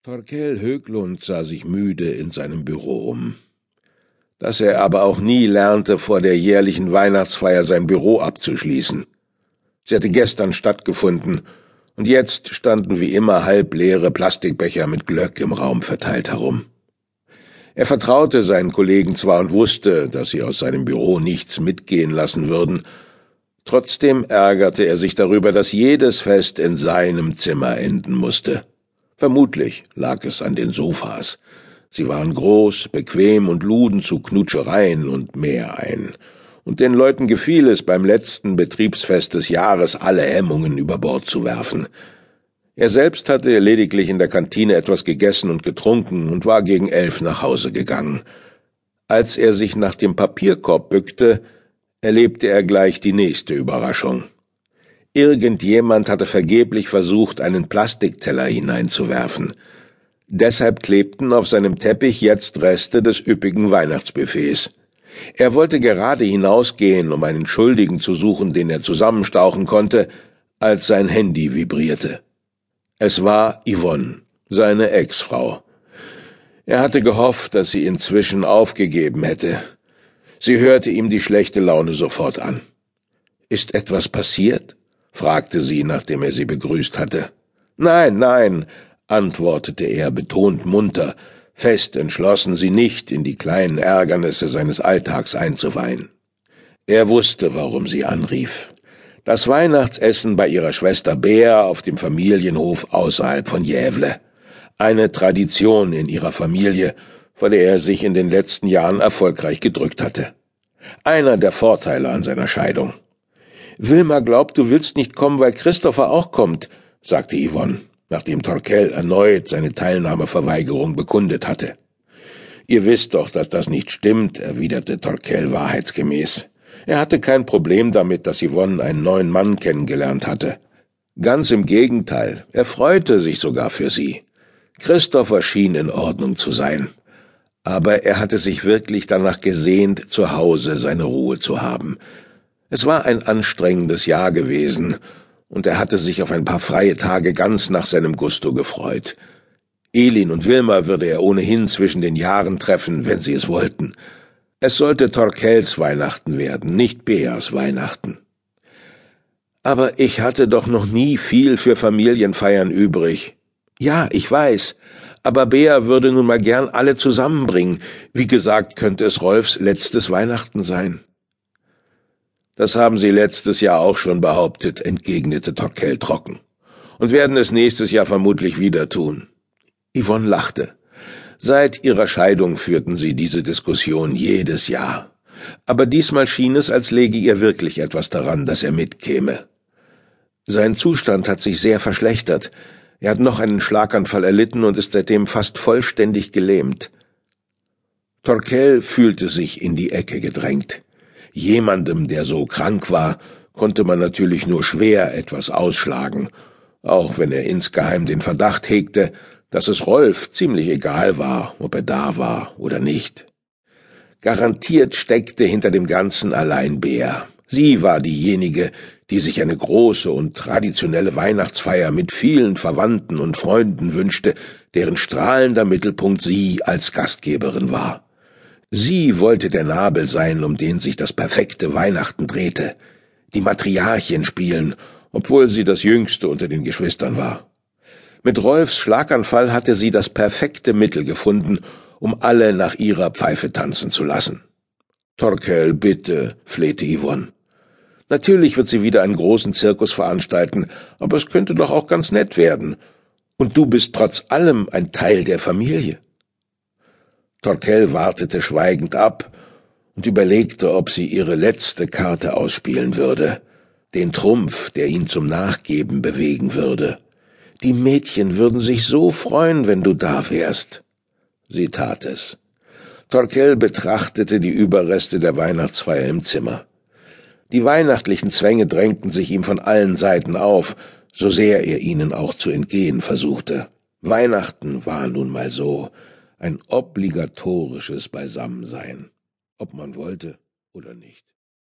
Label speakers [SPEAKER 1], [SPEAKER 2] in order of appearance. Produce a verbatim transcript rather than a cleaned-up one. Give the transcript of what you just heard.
[SPEAKER 1] Thorkell Höglund sah sich müde in seinem Büro um. Dass er aber auch nie lernte, vor der jährlichen Weihnachtsfeier sein Büro abzuschließen. Sie hatte gestern stattgefunden, und jetzt standen wie immer halbleere Plastikbecher mit Glögg im Raum verteilt herum. Er vertraute seinen Kollegen zwar und wusste, dass sie aus seinem Büro nichts mitgehen lassen würden, trotzdem ärgerte er sich darüber, dass jedes Fest in seinem Zimmer enden musste. Vermutlich lag es an den Sofas. Sie waren groß, bequem und luden zu Knutschereien und mehr ein. Und den Leuten gefiel es, beim letzten Betriebsfest des Jahres alle Hemmungen über Bord zu werfen. Er selbst hatte lediglich in der Kantine etwas gegessen und getrunken und war gegen elf nach Hause gegangen. Als er sich nach dem Papierkorb bückte, erlebte er gleich die nächste Überraschung. Irgendjemand hatte vergeblich versucht, einen Plastikteller hineinzuwerfen. Deshalb klebten auf seinem Teppich jetzt Reste des üppigen Weihnachtsbuffets. Er wollte gerade hinausgehen, um einen Schuldigen zu suchen, den er zusammenstauchen konnte, als sein Handy vibrierte. Es war Yvonne, seine Ex-Frau. Er hatte gehofft, dass sie inzwischen aufgegeben hätte. Sie hörte ihm die schlechte Laune sofort an. »Ist etwas passiert?« fragte sie, nachdem er sie begrüßt hatte. »Nein, nein«, antwortete er, betont munter, fest entschlossen, sie nicht in die kleinen Ärgernisse seines Alltags einzuweihen. Er wusste, warum sie anrief. Das Weihnachtsessen bei ihrer Schwester Bea auf dem Familienhof außerhalb von Gävle. Eine Tradition in ihrer Familie, vor der er sich in den letzten Jahren erfolgreich gedrückt hatte. Einer der Vorteile an seiner Scheidung. »Wilma glaubt, du willst nicht kommen, weil Christopher auch kommt«, sagte Yvonne, nachdem Thorkell erneut seine Teilnahmeverweigerung bekundet hatte. »Ihr wisst doch, dass das nicht stimmt«, erwiderte Thorkell wahrheitsgemäß. Er hatte kein Problem damit, dass Yvonne einen neuen Mann kennengelernt hatte. Ganz im Gegenteil, er freute sich sogar für sie. Christopher schien in Ordnung zu sein. Aber er hatte sich wirklich danach gesehnt, zu Hause seine Ruhe zu haben. Es war ein anstrengendes Jahr gewesen, und er hatte sich auf ein paar freie Tage ganz nach seinem Gusto gefreut. Elin und Wilma würde er ohnehin zwischen den Jahren treffen, wenn sie es wollten. Es sollte Thorkells Weihnachten werden, nicht Beas Weihnachten. »Aber ich hatte doch noch nie viel für Familienfeiern übrig.« »Ja, ich weiß, aber Bea würde nun mal gern alle zusammenbringen. Wie gesagt, könnte es Rolfs letztes Weihnachten sein.« »Das haben Sie letztes Jahr auch schon behauptet«, entgegnete Thorkell trocken, »und werden es nächstes Jahr vermutlich wieder tun.« Yvonne lachte. Seit ihrer Scheidung führten sie diese Diskussion jedes Jahr. Aber diesmal schien es, als läge ihr wirklich etwas daran, dass er mitkäme. Sein Zustand hat sich sehr verschlechtert. Er hat noch einen Schlaganfall erlitten und ist seitdem fast vollständig gelähmt. Thorkell fühlte sich in die Ecke gedrängt. Jemandem, der so krank war, konnte man natürlich nur schwer etwas ausschlagen, auch wenn er insgeheim den Verdacht hegte, dass es Rolf ziemlich egal war, ob er da war oder nicht. Garantiert steckte hinter dem Ganzen allein Bea. Sie war diejenige, die sich eine große und traditionelle Weihnachtsfeier mit vielen Verwandten und Freunden wünschte, deren strahlender Mittelpunkt sie als Gastgeberin war. Sie wollte der Nabel sein, um den sich das perfekte Weihnachten drehte, die Matriarchin spielen, obwohl sie das Jüngste unter den Geschwistern war. Mit Rolfs Schlaganfall hatte sie das perfekte Mittel gefunden, um alle nach ihrer Pfeife tanzen zu lassen. »Thorkell, bitte«, flehte Yvonne. »Natürlich wird sie wieder einen großen Zirkus veranstalten, aber es könnte doch auch ganz nett werden. Und du bist trotz allem ein Teil der Familie.« Thorkell wartete schweigend ab und überlegte, ob sie ihre letzte Karte ausspielen würde, den Trumpf, der ihn zum Nachgeben bewegen würde. Die Mädchen würden sich so freuen, wenn du da wärst. Sie tat es. Thorkell betrachtete die Überreste der Weihnachtsfeier im Zimmer. Die weihnachtlichen Zwänge drängten sich ihm von allen Seiten auf, so sehr er ihnen auch zu entgehen versuchte. Weihnachten war nun mal so, ein obligatorisches Beisammensein, ob man wollte oder nicht.